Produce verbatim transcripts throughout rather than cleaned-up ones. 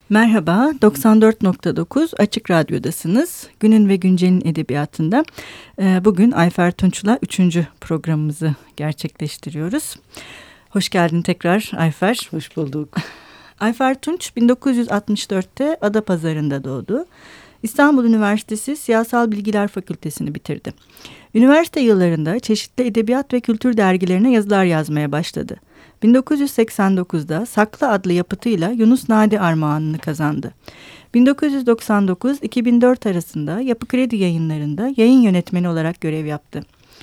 Merhaba, doksan dört nokta dokuz Açık Radyo'dasınız. Günün ve Güncel'in edebiyatında e, bugün Ayfer Tunç'la üçüncü programımızı gerçekleştiriyoruz. Hoş geldin tekrar Ayfer. Hoş bulduk. Ayfer Tunç bin dokuz yüz altmış dörtte Adapazarı'nda doğdu. İstanbul Üniversitesi Siyasal Bilgiler Fakültesini bitirdi. Üniversite yıllarında çeşitli edebiyat ve kültür dergilerine yazılar yazmaya başladı. bin dokuz yüz seksen dokuzda Saklı adlı yapıtıyla Yunus Nadi Armağanı'nı kazandı. bin dokuz yüz doksan dokuz iki bin dört arasında Yapı Kredi Yayınları'nda yayın yönetmeni olarak görev yaptı.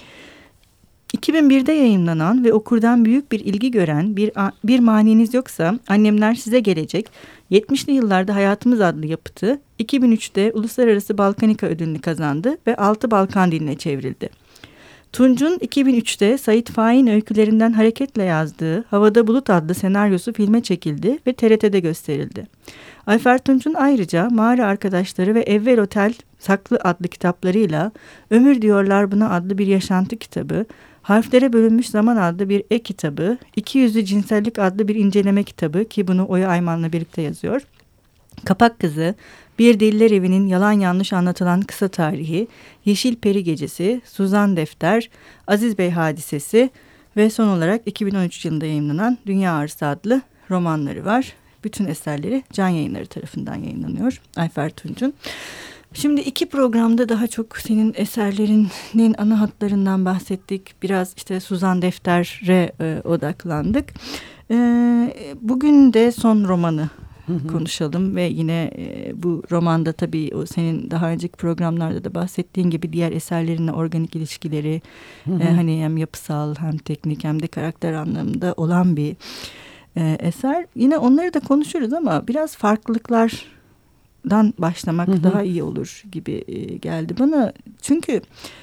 iki bin birde yayımlanan ve okurdan büyük bir ilgi gören Bir, bir Maniniz Yoksa Annemler Size Gelecek, yetmişli yıllarda Hayatımız adlı yapıtı iki bin üçte Uluslararası Balkanika Ödülünü kazandı ve altı Balkan diline çevrildi. Tunç'un iki bin üçte Sait Faik'in öykülerinden hareketle yazdığı Havada Bulut adlı senaryosu filme çekildi ve T R T'de gösterildi. Ayfer Tunç'un ayrıca Mağara Arkadaşları ve Evvel Otel Saklı adlı kitaplarıyla Ömür Diyorlar Buna adlı bir yaşantı kitabı, Harflere Bölünmüş Zaman adlı bir e-kitabı, İki Yüzlü Cinsellik adlı bir inceleme kitabı ki bunu Oya Ayman'la birlikte yazıyor. Kapak Kızı, Bir Deliler Evi'nin yalan yanlış anlatılan kısa tarihi, Yeşil Peri Gecesi, Suzan Defter, Aziz Bey Hadisesi ve son olarak iki bin on üç yılında yayımlanan Dünya Ağrısı adlı romanları var. Bütün eserleri Can Yayınları tarafından yayınlanıyor Ayfer Tunç'un. Şimdi iki programda daha çok senin eserlerinin ana hatlarından bahsettik. Biraz işte Suzan Defter'e e, odaklandık. E, bugün de son romanı konuşalım ve yine e, bu romanda tabii o senin daha önceki programlarda da bahsettiğin gibi diğer eserlerinle organik ilişkileri hı hı. E, hani hem yapısal hem teknik hem de karakter anlamında olan bir e, eser. Yine onları da konuşuruz ama biraz farklılıklardan başlamak hı hı. daha iyi olur gibi e, geldi bana. Çünkü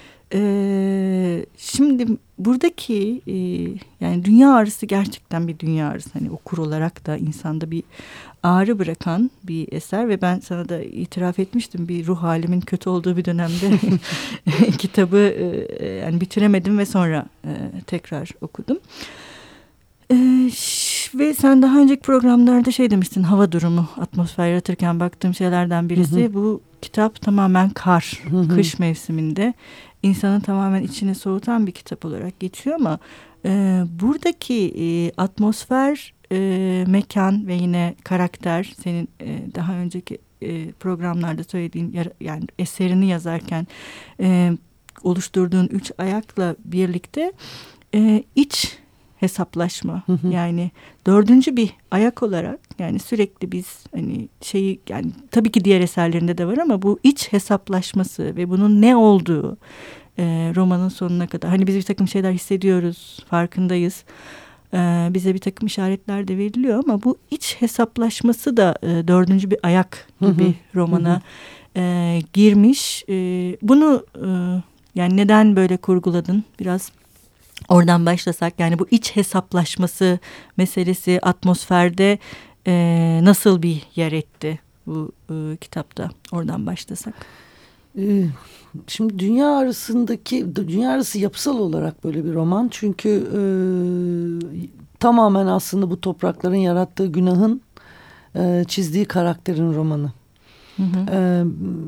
e, şimdi buradaki e, yani dünya ağrısı gerçekten bir dünya ağrısı. Hani okur olarak da insanda bir ağrı bırakan bir eser ve ben sana da itiraf etmiştim bir ruh halimin kötü olduğu bir dönemde kitabı e, yani bitiremedim ve sonra e, tekrar okudum. E, ve sen daha önceki programlarda şey demiştin, hava durumu, atmosfer yaratırken baktığım şeylerden birisi hı hı. bu kitap tamamen kar, hı hı. kış mevsiminde insanı tamamen içine soğutan bir kitap olarak geçiyor ama e, buradaki e, atmosfer, e, mekan ve yine karakter senin e, daha önceki e, programlarda söylediğin yani eserini yazarken e, oluşturduğun üç ayakla birlikte e, iç hesaplaşma hı hı. yani dördüncü bir ayak olarak yani sürekli biz hani şeyi yani tabii ki diğer eserlerinde de var ama bu iç hesaplaşması ve bunun ne olduğu e, romanın sonuna kadar hani biz bir takım şeyler hissediyoruz, farkındayız. E, bize bir takım işaretler de veriliyor ama bu iç hesaplaşması da e, dördüncü bir ayak gibi hı hı. romana hı hı. E, girmiş. E, bunu e, yani neden böyle kurguladın? Biraz oradan başlasak yani bu iç hesaplaşması meselesi atmosferde e, nasıl bir yer etti bu e, kitapta? Oradan başlasak. Ee, şimdi dünya arasındaki dünya arası yapısal olarak böyle bir roman çünkü e, tamamen aslında bu toprakların yarattığı günahın e, çizdiği karakterin romanı. Hı hı. E,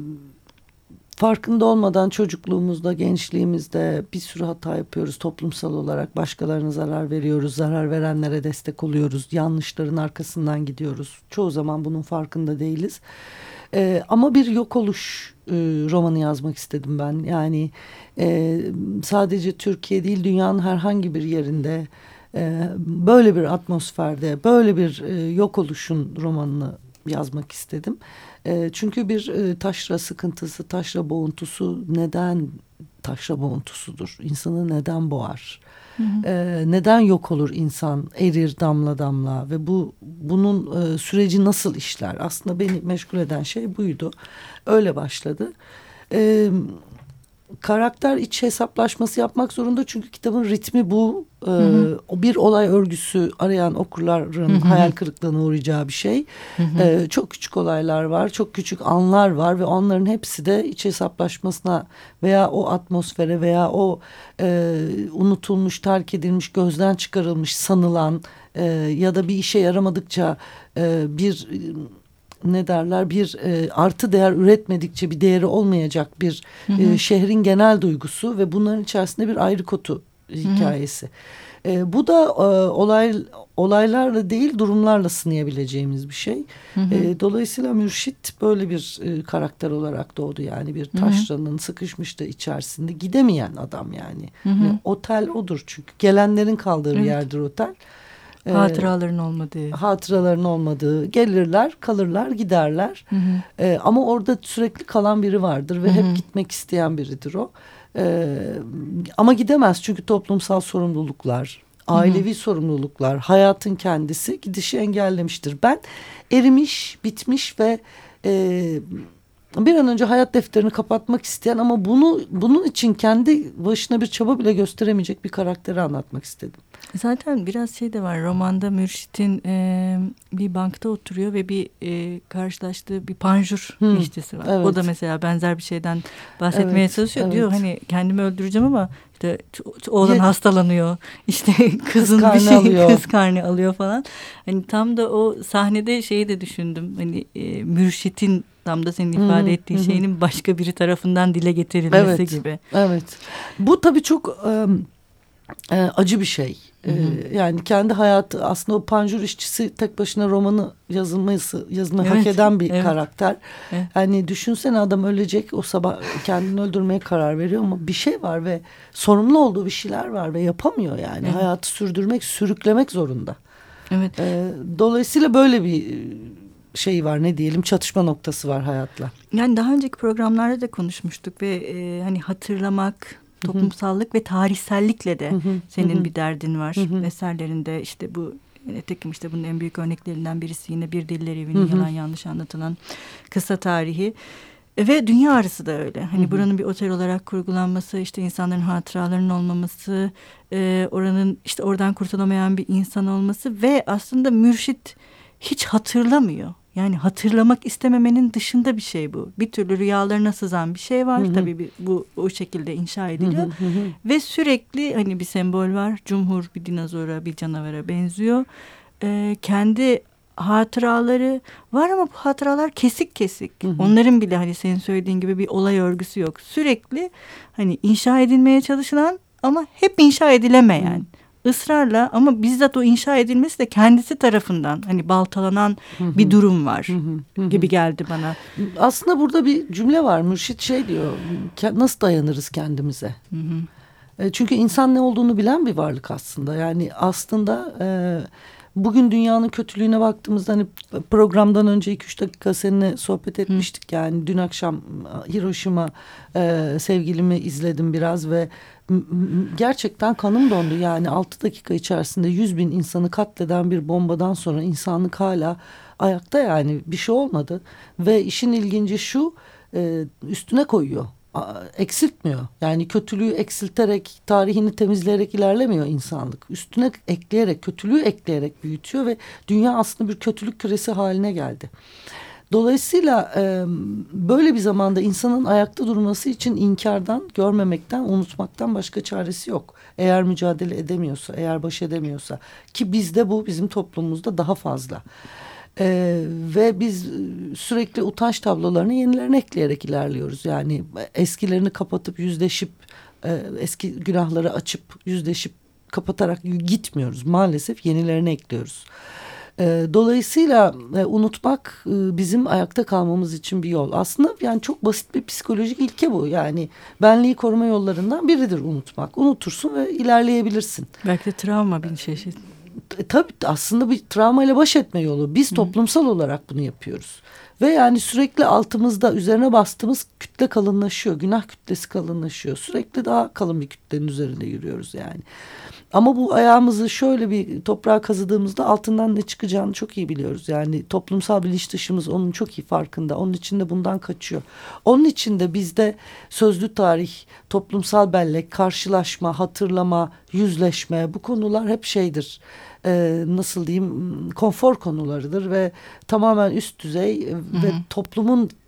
Farkında olmadan çocukluğumuzda, gençliğimizde bir sürü hata yapıyoruz toplumsal olarak. Başkalarına zarar veriyoruz, zarar verenlere destek oluyoruz. Yanlışların arkasından gidiyoruz. Çoğu zaman bunun farkında değiliz. Ee, ama bir yok oluş e, romanı yazmak istedim ben. Yani e, sadece Türkiye değil, dünyanın herhangi bir yerinde e, böyle bir atmosferde, böyle bir e, yok oluşun romanını yazmak istedim. E, çünkü bir e, taşra sıkıntısı, taşra boğuntusu neden taşra boğuntusudur? İnsanı neden boğar? Hı hı. E, neden yok olur insan, erir damla damla ve bu bunun e, süreci nasıl işler? Aslında beni meşgul eden şey buydu. Öyle başladı. E, karakter iç hesaplaşması yapmak zorunda çünkü kitabın ritmi bu. Ee, hı hı. O bir olay örgüsü arayan okurların hı hı. hayal kırıklığına uğrayacağı bir şey. Hı hı. Ee, çok küçük olaylar var, çok küçük anlar var ve onların hepsi de iç hesaplaşmasına veya o atmosfere veya o e, unutulmuş, terk edilmiş, gözden çıkarılmış sanılan e, ya da bir işe yaramadıkça e, bir ne derler bir e, artı değer üretmedikçe bir değeri olmayacak bir e, şehrin genel duygusu ve bunların içerisinde bir ayrıkotu hikayesi. Hı hı. E, bu da e, olay olaylarla değil durumlarla sınayabileceğimiz bir şey. Hı hı. E, dolayısıyla Mürşit böyle bir e, karakter olarak doğdu yani bir taşranın sıkışmış da içerisinde gidemeyen adam yani. Hı hı. Yani otel odur çünkü gelenlerin kaldığı evet. bir yerdir otel. Hatıraların olmadığı. Hatıraların olmadığı. Gelirler, kalırlar, giderler. Hı hı. Ee, ama orada sürekli kalan biri vardır ve hı hı. hep gitmek isteyen biridir o. Ee, ama gidemez çünkü toplumsal sorumluluklar, ailevi hı hı. sorumluluklar, hayatın kendisi gidişi engellemiştir. Ben erimiş, bitmiş ve e, bir an önce hayat defterini kapatmak isteyen ama bunu bunun için kendi başına bir çaba bile gösteremeyecek bir karakteri anlatmak istedim. Zaten biraz şey de var romanda Mürşit'in e, bir bankta oturuyor ve bir e, karşılaştığı bir panjur hmm, işçisi var. Evet. O da mesela benzer bir şeyden bahsetmeye evet, çalışıyor. Evet. Diyor hani kendimi öldüreceğim ama işte oğlan Ye- hastalanıyor. İşte kızın kız bir şey alıyor. Kız karnı alıyor falan. Hani tam da o sahnede şeyi de düşündüm. Hani e, Mürşit'in tam da senin ifade hı-hı, ettiğin hı-hı. şeyinin başka biri tarafından dile getirilmesi evet, gibi. Evet. Bu tabii çok e, e, acı bir şey. Hı hı. E, yani kendi hayatı aslında o panjur işçisi tek başına romanı yazılması yazmayı evet, hak eden bir evet. karakter. Evet. Yani düşünsene adam ölecek o sabah kendini öldürmeye karar veriyor ama bir şey var ve sorumlu olduğu bir şeyler var ve yapamıyor yani. Evet. Hayatı sürdürmek, sürüklemek zorunda. Evet. E, dolayısıyla böyle bir şey var ne diyelim çatışma noktası var hayatla. Yani daha önceki programlarda da konuşmuştuk ve e, hani hatırlamak, toplumsallık Hı-hı. ve tarihsellikle de Hı-hı. senin Hı-hı. bir derdin var. Hı-hı. Eserlerinde işte bu nitekim işte bunun en büyük örneklerinden birisi yine Bir Deliler Evi'nin Hı-hı. yalan yanlış anlatılan kısa tarihi. Ve dünya arası da öyle. Hani Hı-hı. buranın bir otel olarak kurgulanması, işte insanların hatıralarının olmaması, e, oranın işte oradan kurtulamayan bir insan olması ve aslında Mürşit hiç hatırlamıyor. Yani hatırlamak istememenin dışında bir şey bu. Bir türlü rüyalarına sızan bir şey var. Hı hı. Tabii bir, bu o şekilde inşa ediliyor. Hı hı hı. Ve sürekli hani bir sembol var. Cumhur bir dinozora, bir canavara benziyor. Ee, kendi hatıraları var ama bu hatıralar kesik kesik. Hı hı. Onların bile hani senin söylediğin gibi bir olay örgüsü yok. Sürekli hani inşa edilmeye çalışılan ama hep inşa edilemeyen. Hı. ısrarla ama bizzat o inşa edilmesi de kendisi tarafından hani baltalanan hı hı. bir durum var hı hı. gibi geldi bana. Aslında burada bir cümle var. Mürşit şey diyor. Nasıl dayanırız kendimize? Hı hı. Çünkü insan ne olduğunu bilen bir varlık aslında. Yani aslında e, bugün dünyanın kötülüğüne baktığımızda hani programdan önce iki üç dakika seninle sohbet etmiştik. Hı. Yani dün akşam Hiroşima e, sevgilimi izledim biraz ve gerçekten kanım dondu. Yani altı dakika içerisinde yüz bin insanı katleden bir bombadan sonra insanlık hala ayakta yani bir şey olmadı. Ve işin ilginci şu üstüne koyuyor. Eksiltmiyor. Yani kötülüğü eksilterek, tarihini temizleyerek ilerlemiyor insanlık. Üstüne ekleyerek, kötülüğü ekleyerek büyütüyor ve dünya aslında bir kötülük küresi haline geldi. Dolayısıyla e, böyle bir zamanda insanın ayakta durması için inkardan, görmemekten, unutmaktan başka çaresi yok. Eğer mücadele edemiyorsa, eğer baş edemiyorsa ki bizde bu bizim toplumumuzda daha fazla. E, ve biz sürekli utanç tablolarını yenilerine ekleyerek ilerliyoruz. Yani eskilerini kapatıp yüzleşip, e, eski günahları açıp yüzleşip kapatarak gitmiyoruz. Maalesef yenilerini ekliyoruz. E, dolayısıyla e, unutmak e, bizim ayakta kalmamız için bir yol. Aslında yani çok basit bir psikolojik ilke bu. Yani benliği koruma yollarından biridir unutmak. Unutursun ve ilerleyebilirsin. Belki de travma bir çeşit. E, tabii aslında bir travmayla baş etme yolu. Biz Hı. toplumsal olarak bunu yapıyoruz. Ve yani sürekli altımızda üzerine bastığımız kütle kalınlaşıyor. Günah kütlesi kalınlaşıyor. Sürekli daha kalın bir kütlenin üzerinde yürüyoruz yani. Ama bu ayağımızı şöyle bir toprağa kazıdığımızda altından ne çıkacağını çok iyi biliyoruz. Yani toplumsal bilinç dışımız onun çok iyi farkında. Onun için de bundan kaçıyor. Onun için de bizde sözlü tarih, toplumsal bellek, karşılaşma, hatırlama, yüzleşme bu konular hep şeydir. Ee, nasıl diyeyim konfor konularıdır ve tamamen üst düzey Hı-hı. ve toplumun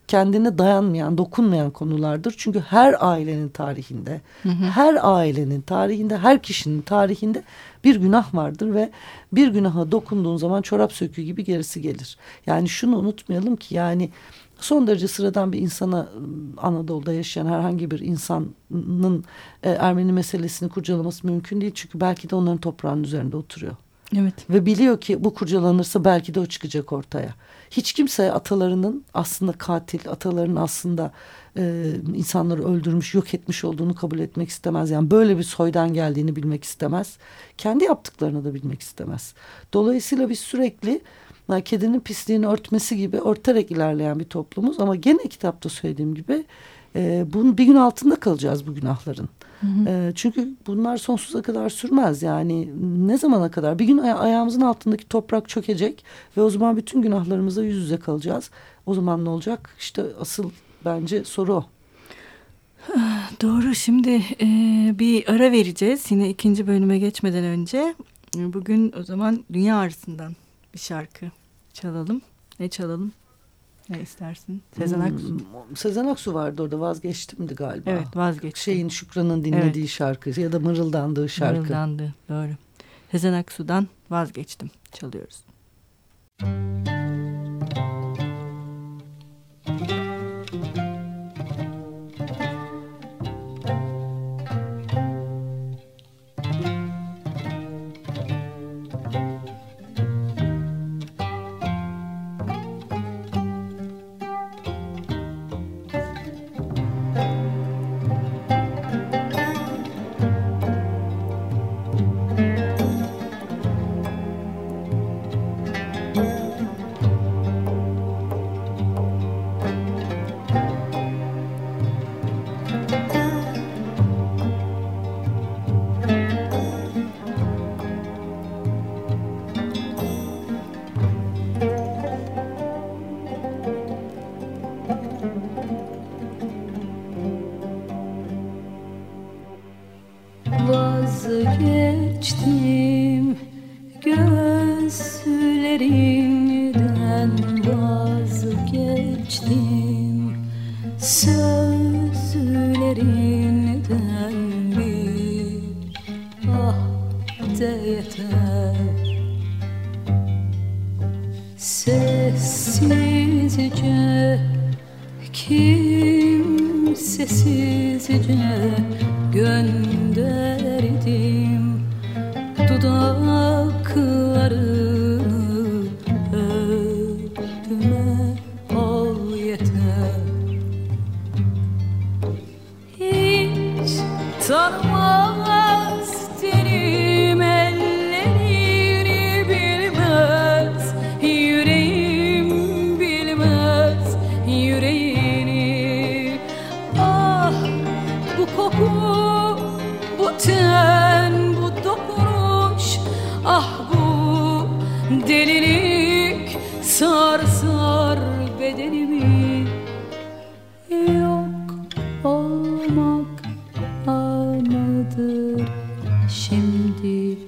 kendine dayanmayan, dokunmayan konulardır. Çünkü her ailenin tarihinde, hı hı. her ailenin tarihinde, her kişinin tarihinde bir günah vardır ve bir günaha dokunduğun zaman çorap söküğü gibi gerisi gelir. Yani şunu unutmayalım ki, yani son derece sıradan bir insana, Anadolu'da yaşayan herhangi bir insanın e, Ermeni meselesini kurcalaması mümkün değil. Çünkü belki de onların toprağının üzerinde oturuyor. Evet. Ve biliyor ki bu kurcalanırsa belki de o çıkacak ortaya. Hiç kimse atalarının aslında katil, atalarının aslında e, insanları öldürmüş, yok etmiş olduğunu kabul etmek istemez. Yani böyle bir soydan geldiğini bilmek istemez. Kendi yaptıklarını da bilmek istemez. Dolayısıyla biz sürekli kedinin pisliğini örtmesi gibi örterek ilerleyen bir toplumuz. Ama gene kitapta söylediğim gibi e, bunun bir gün altında kalacağız bu günahların. Hı hı. E, çünkü bunlar sonsuza kadar sürmez. Yani ne zamana kadar? Bir gün aya- ayağımızın altındaki toprak çökecek ve o zaman bütün günahlarımızla yüz yüze kalacağız. O zaman ne olacak? İşte asıl bence soru o. Doğru. Şimdi e, bir ara vereceğiz. Yine ikinci bölüme geçmeden önce. Bugün o zaman Dünya Arası'ndan bir şarkı çalalım. Ne çalalım? Ne istersin? Sezen Aksu. Hmm, Sezen Aksu vardı orada, vazgeçtimdi galiba. Evet, vazgeçtim. Şeyin, Şükran'ın dinlediği evet. şarkı ya da mırıldandığı şarkı. Mırıldandı, doğru. Sezen Aksu'dan Vazgeçtim çalıyoruz. Vazgeçtim gözlerinden, vazgeçtim sözlerinden, bir ah de yeter. Sessizce, kimsesizce gönderdim dudaklarını, öpme al yeter. Hiç tanımaz tenim ellerini, bilmez yüreğim, bilmez yüreğini. Ah bu koku, bu ten, bu dokunuş, ah bu delilik sar sar bedenimi. Yok olmak anıdır şimdi.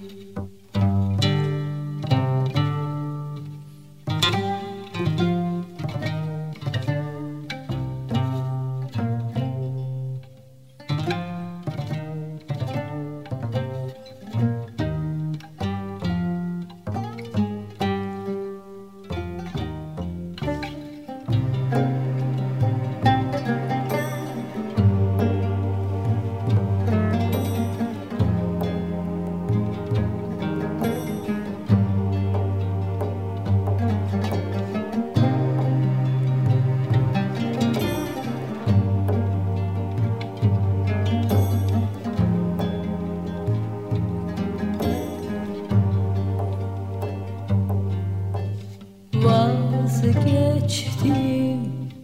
Vazgeçtim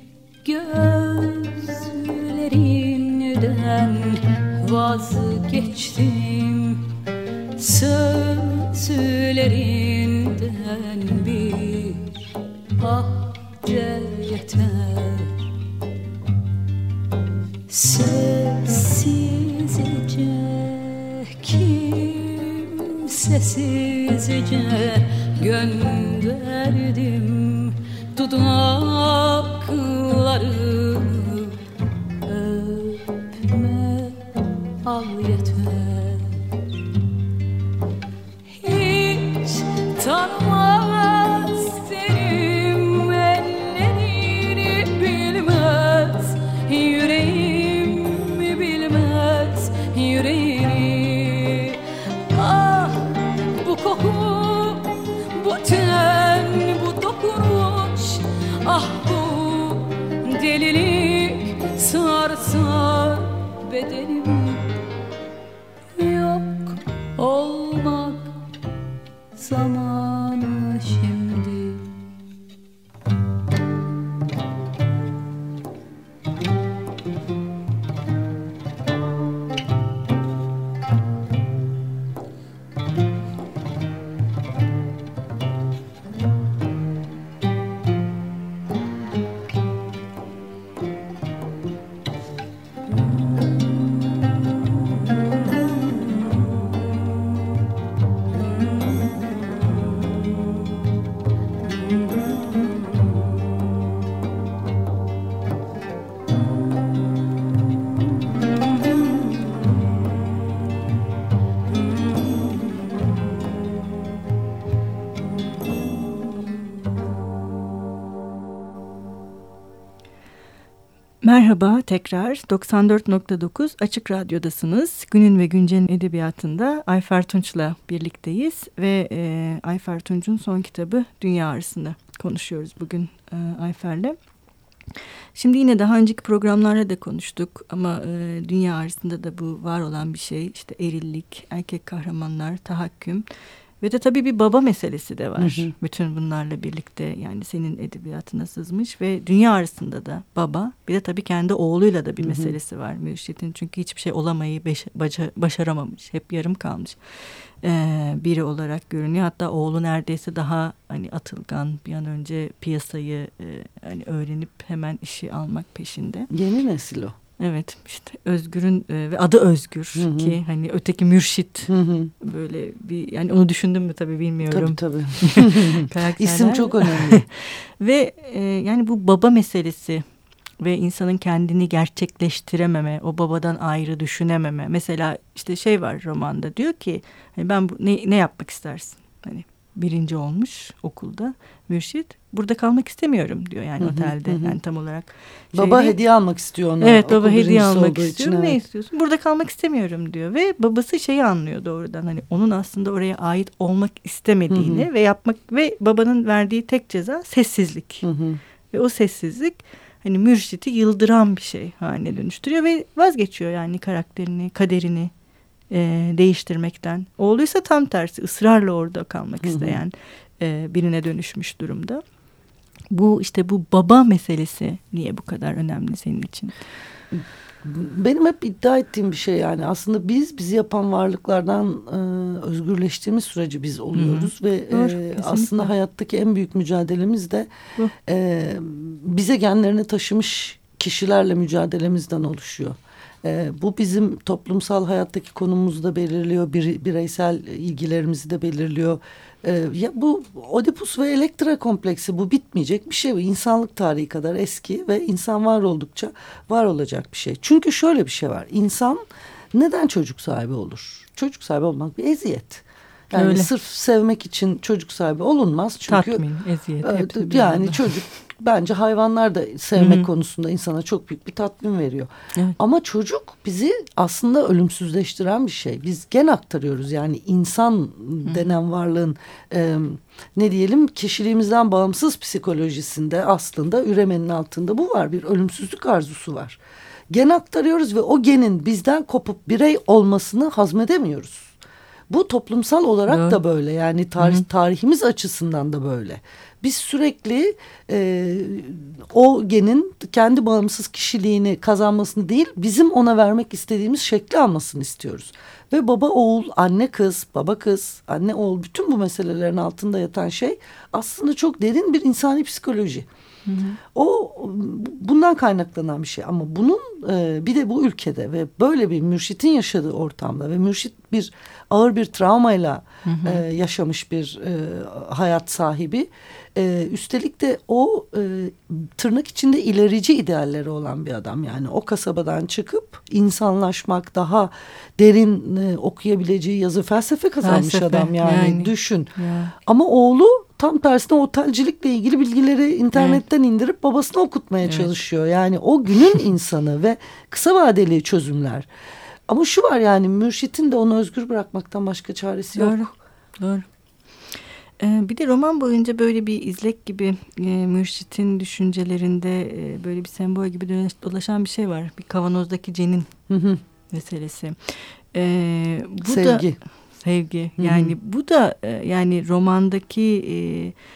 gözlerinden, vazgeçtim sözlerinden, bir ah de yeter. Sessizce, kimsesizce gönderdim dudakları öpme al yeter. Hiç tanımaz senin ellerini bilmez, yüreğim bilmez yüreğini. Ah bu koku, bu ten, bu dokunuş, ah bu delilik sarsar bedenimi. Yok olmak zamanı şimdi. Merhaba tekrar doksan dört nokta dokuz Açık Radyo'dasınız. Günün ve Güncel'in edebiyatında Ayfer Tunç'la birlikteyiz ve e, Ayfer Tunç'un son kitabı Dünya Arasında konuşuyoruz bugün e, Ayfer'le. Şimdi yine daha önceki programlarda da konuştuk ama e, Dünya Arasında da bu var olan bir şey, işte erillik, erkek kahramanlar, tahakküm. Ve de tabii bir baba meselesi de var. Hı hı. Bütün bunlarla birlikte, yani senin edebiyatına sızmış ve dünya arasında da baba, bir de tabii kendi oğluyla da bir hı hı. meselesi var Mürşit'in. Çünkü hiçbir şey olamayı beş, baca, başaramamış, hep yarım kalmış ee, biri olarak görünüyor. Hatta oğlu neredeyse daha hani atılgan, bir an önce piyasayı e, hani öğrenip hemen işi almak peşinde. Yeni nesil o. Evet, işte Özgür'ün e, ve adı Özgür, hı hı. ki hani öteki Mürşit, hı hı. böyle bir, yani onu düşündüm mü tabii bilmiyorum. Tabii tabii. İsim çok önemli. Ve e, yani bu baba meselesi ve insanın kendini gerçekleştirememe, o babadan ayrı düşünememe. Mesela işte şey var romanda, diyor ki hani ben bu, ne, ne yapmak istersin? Hani birinci olmuş okulda Mürşit. Burada kalmak istemiyorum diyor, yani hı hı, otelde. Hı. Yani tam olarak. Baba şey hediye almak istiyor ona. Evet, baba hediye almak istiyor. Için, ne evet. istiyorsun? Burada kalmak istemiyorum diyor. Ve babası şeyi anlıyor doğrudan. Hani onun aslında oraya ait olmak istemediğini hı hı. ve yapmak ve babanın verdiği tek ceza sessizlik. Hı hı. Ve o sessizlik hani Mürşit'i yıldıran bir şey haline dönüştürüyor ve vazgeçiyor yani karakterini, kaderini e, değiştirmekten. Oğluysa tam tersi, ısrarla orada kalmak hı hı. isteyen e, birine dönüşmüş durumda. Bu işte bu baba meselesi niye bu kadar önemli senin için? Benim hep iddia ettiğim bir şey, yani aslında biz bizi yapan varlıklardan e, özgürleştiğimiz sürece biz oluyoruz. Hı-hı. Ve Doğru, e, aslında hayattaki en büyük mücadelemiz de e, bize genlerini taşımış kişilerle mücadelemizden oluşuyor. E, bu bizim toplumsal hayattaki konumumuzu da belirliyor, bir, bireysel ilgilerimizi de belirliyor. Ee, ya bu Oedipus ve Elektra kompleksi, bu bitmeyecek bir şey. Bu insanlık tarihi kadar eski ve insan var oldukça var olacak bir şey. Çünkü şöyle bir şey var. İnsan neden çocuk sahibi olur? Çocuk sahibi olmak bir eziyet. Yani Öyle. sırf sevmek için çocuk sahibi olunmaz. Çünkü tatmin, eziyet. E, yani çocuk, bence hayvanlar da sevmek Hı-hı. konusunda insana çok büyük bir tatmin veriyor. Evet. Ama çocuk bizi aslında ölümsüzleştiren bir şey. Biz gen aktarıyoruz. Yani insan Hı-hı. denen varlığın e, ne diyelim kişiliğimizden bağımsız psikolojisinde aslında üremenin altında bu var. Bir ölümsüzlük arzusu var. Gen aktarıyoruz ve o genin bizden kopup birey olmasını hazmedemiyoruz. Bu toplumsal olarak evet. da böyle, yani tarih, tarihimiz açısından da böyle. Biz sürekli e, o genin kendi bağımsız kişiliğini kazanmasını değil, bizim ona vermek istediğimiz şekli almasını istiyoruz. Ve baba oğul, anne kız, baba kız, anne oğul, bütün bu meselelerin altında yatan şey aslında çok derin bir insani psikoloji. Hı hı. O bundan kaynaklanan bir şey ama bunun e, bir de bu ülkede ve böyle bir mürşitin yaşadığı ortamda ve mürşit bir ağır bir travmayla hı hı. E, yaşamış bir e, hayat sahibi. E, üstelik de o e, tırnak içinde ilerici idealleri olan bir adam. Yani o kasabadan çıkıp insanlaşmak, daha derin e, okuyabileceği yazı, felsefe kazanmış felsefe, adam yani, yani düşün. Ya. Ama oğlu tam tersine otelcilikle ilgili bilgileri internetten evet. indirip babasına okutmaya evet. çalışıyor. Yani o günün insanı ve kısa vadeli çözümler. Ama şu var, yani mürşitin de onu özgür bırakmaktan başka çaresi Doğru. yok. Doğru. Ee, bir de roman boyunca böyle bir izlek gibi e, mürşitin düşüncelerinde e, böyle bir sembol gibi dolaşan bir şey var. Bir kavanozdaki cenin hı hı. meselesi. Ee, bu sevgi. Da, sevgi. Hı hı. Yani bu da e, yani romandaki e,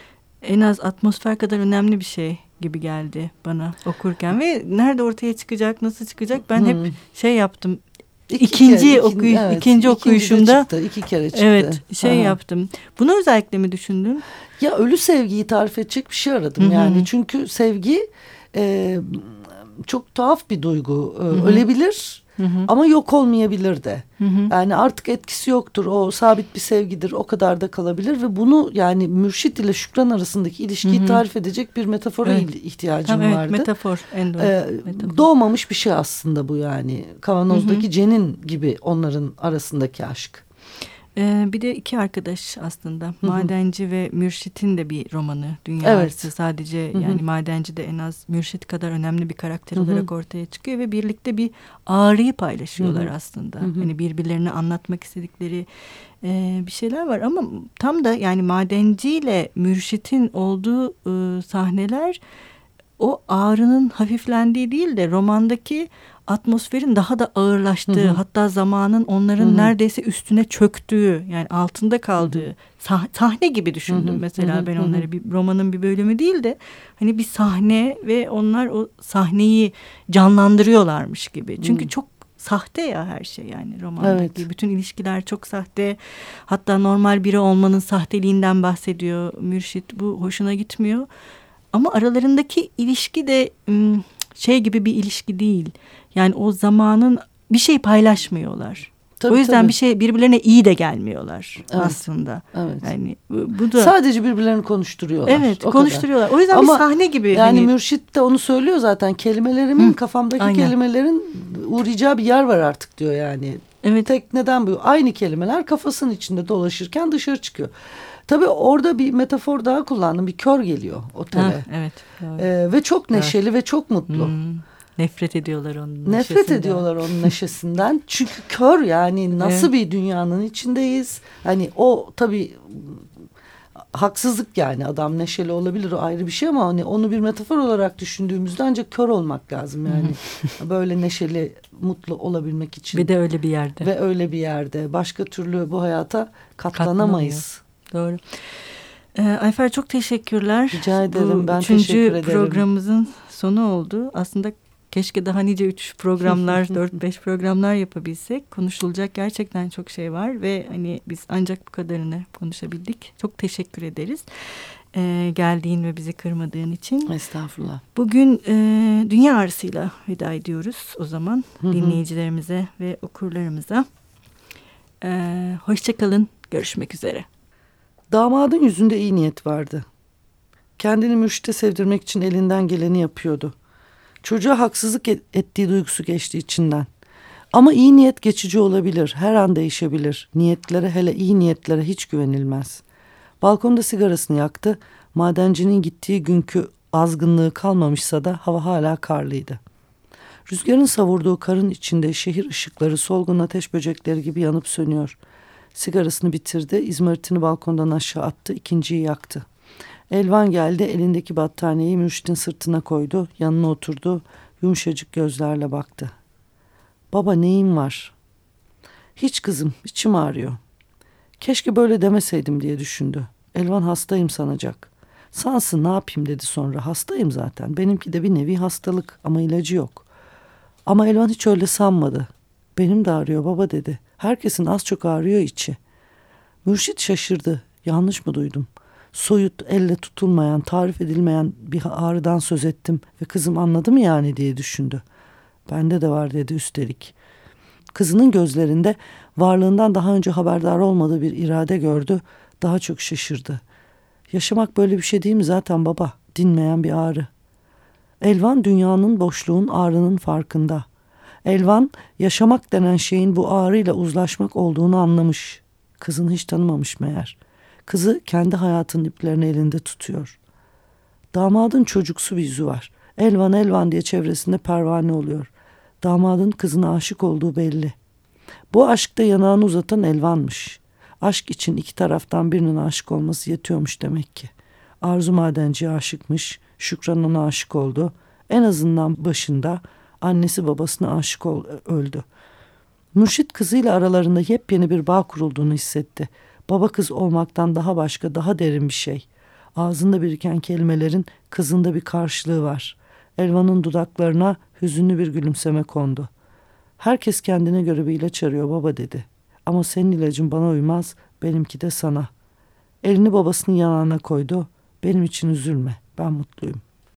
en az atmosfer kadar önemli bir şey gibi geldi bana okurken ve nerede ortaya çıkacak, nasıl çıkacak, ben hı. hep şey yaptım. İki ikinci kere, okuy evet, ikinci okuyuşumda çıktı, iki kere çıktı. Evet, şey Aha. yaptım. Bunu özellikle mi düşündün? Ya ölü sevgiyi tarif edecek bir şey aradım. Hı-hı. Yani çünkü sevgi e, çok tuhaf bir duygu. E, ölebilir Hı-hı. ama yok olmayabilir de. Hı-hı. Yani artık etkisi yoktur. O sabit bir sevgidir. O kadar da kalabilir ve bunu yani mürşit ile Şükran arasındaki ilişkiyi Hı-hı. tarif edecek bir metafora evet. ihtiyacım Tamam, vardı. Evet, metafor. En doğru. Ee, metafor. Doğmamış bir şey aslında bu yani. Kavanozdaki Hı-hı. cenin gibi onların arasındaki aşk. Ee, bir de iki arkadaş aslında. Hı-hı. Madenci ve Mürşit'in de bir romanı. Dünya evet. Arası sadece Hı-hı. yani Madenci de en az Mürşit kadar önemli bir karakter Hı-hı. olarak ortaya çıkıyor ve birlikte bir ağrıyı paylaşıyorlar Hı-hı. aslında. Hı-hı. Hani birbirlerine anlatmak istedikleri e, bir şeyler var ama tam da yani Madenci ile Mürşit'in olduğu e, sahneler o ağrının hafiflendiği değil de romandaki atmosferin daha da ağırlaştığı, hı hı. hatta zamanın onların hı hı. neredeyse üstüne çöktüğü, yani altında kaldığı hı hı. Sah- sahne gibi düşündüm. Hı hı. Mesela hı hı. ben onları bir romanın bir bölümü değil de hani bir sahne ve onlar o sahneyi canlandırıyorlarmış gibi. Çünkü hı. çok sahte ya her şey, yani romandaki evet. bütün ilişkiler çok sahte. Hatta normal biri olmanın sahteliğinden bahsediyor Mürşit. Bu hoşuna gitmiyor. Ama aralarındaki ilişki de şey gibi bir ilişki değil. Yani o zamanın bir şey paylaşmıyorlar. Tabii, o yüzden tabii. bir şey birbirlerine iyi de gelmiyorlar evet. aslında. Evet. Yani bu, bu da sadece birbirlerini konuşturuyorlar. Evet, o konuşturuyorlar. Kadar. O yüzden ama bir sahne gibi. Yani hani... Mürşit de onu söylüyor zaten. Kelimelerimin Hı, kafamdaki aynen. kelimelerin uğrayacağı bir yer var artık diyor yani. Evet. Tek neden bu? Aynı kelimeler kafasının içinde dolaşırken dışarı çıkıyor. Tabii orada bir metafor daha kullandım. Bir kör geliyor otele. Ha, evet. Ee, ve çok neşeli evet. ve çok mutlu. Hmm. Nefret ediyorlar onun neşesinden. Nefret ediyorlar onun neşesinden. Çünkü kör, yani nasıl evet. bir dünyanın içindeyiz. Hani o tabii haksızlık, yani adam neşeli olabilir, o ayrı bir şey ama hani onu bir metafor olarak düşündüğümüzde ancak kör olmak lazım yani. Böyle neşeli, mutlu olabilmek için. Ve de öyle bir yerde. Ve öyle bir yerde. Başka türlü bu hayata katlanamayız. Doğru. Ee, Ayfer, çok teşekkürler. Rica ederim. Bu ben teşekkür ederim. Üçüncü programımızın sonu oldu. Aslında keşke daha nice üç programlar, dört beş programlar yapabilsek. Konuşulacak gerçekten çok şey var ve hani biz ancak bu kadarını konuşabildik. Çok teşekkür ederiz. Ee, geldiğin ve bizi kırmadığın için. Estağfurullah. Bugün e, Dünya Arası'yla veda ediyoruz o zaman dinleyicilerimize ve okurlarımıza. Ee, hoşça kalın. Görüşmek üzere. Damadın yüzünde iyi niyet vardı. Kendini Mürşit'e sevdirmek için elinden geleni yapıyordu. Çocuğa haksızlık ettiği duygusu geçti içinden. Ama iyi niyet geçici olabilir, her an değişebilir. Niyetlere, hele iyi niyetlere hiç güvenilmez. Balkonda sigarasını yaktı. Madencinin gittiği günkü azgınlığı kalmamışsa da hava hala karlıydı. Rüzgarın savurduğu karın içinde şehir ışıkları solgun ateş böcekleri gibi yanıp sönüyor. Sigarasını bitirdi, izmaritini balkondan aşağı attı, ikinciyi yaktı. Elvan geldi, elindeki battaniyeyi Mürşit'in sırtına koydu, yanına oturdu, yumuşacık gözlerle baktı. Baba, neyin var? Hiç kızım, içim ağrıyor. Keşke böyle demeseydim diye düşündü. Elvan hastayım sanacak. Sansın, ne yapayım dedi sonra. Hastayım zaten, benimki de bir nevi hastalık ama ilacı yok. Ama Elvan hiç öyle sanmadı. Benim de ağrıyor baba dedi. Herkesin az çok ağrıyor içi. Mürşit şaşırdı. Yanlış mı duydum? soyut, elle tutulmayan, tarif edilmeyen bir ağrıdan söz ettim ve kızım anladı mı yani diye düşündü. Bende de var dedi üstelik. Kızının gözlerinde varlığından daha önce haberdar olmadığı bir irade gördü, daha çok şaşırdı. Yaşamak böyle bir şey değil mi zaten baba? Dinmeyen bir ağrı. Elvan dünyanın, boşluğun, ağrının farkında. Elvan yaşamak denen şeyin bu ağrıyla uzlaşmak olduğunu anlamış. Kızını hiç tanımamış meğer. Kızı kendi hayatının iplerini elinde tutuyor. Damadın çocuksu bir yüzü var. Elvan Elvan diye çevresinde pervane oluyor. Damadın kızına aşık olduğu belli. Bu aşkta yanağını uzatan Elvan'mış. Aşk için iki taraftan birinin aşık olması yetiyormuş demek ki. Arzu Madenci'ye aşıkmış, Şükran ona aşık oldu. En azından başında annesi babasına aşık ol, öldü. Mürşit kızıyla aralarında yepyeni bir bağ kurulduğunu hissetti. Baba kız olmaktan daha başka, daha derin bir şey. Ağzında biriken kelimelerin kızında bir karşılığı var. Elvan'ın dudaklarına hüzünlü bir gülümseme kondu. Herkes kendine göre bir ilaç arıyor baba dedi. Ama senin ilacın bana uymaz, benimki de sana. Elini babasının yanağına koydu. Benim için üzülme, ben mutluyum.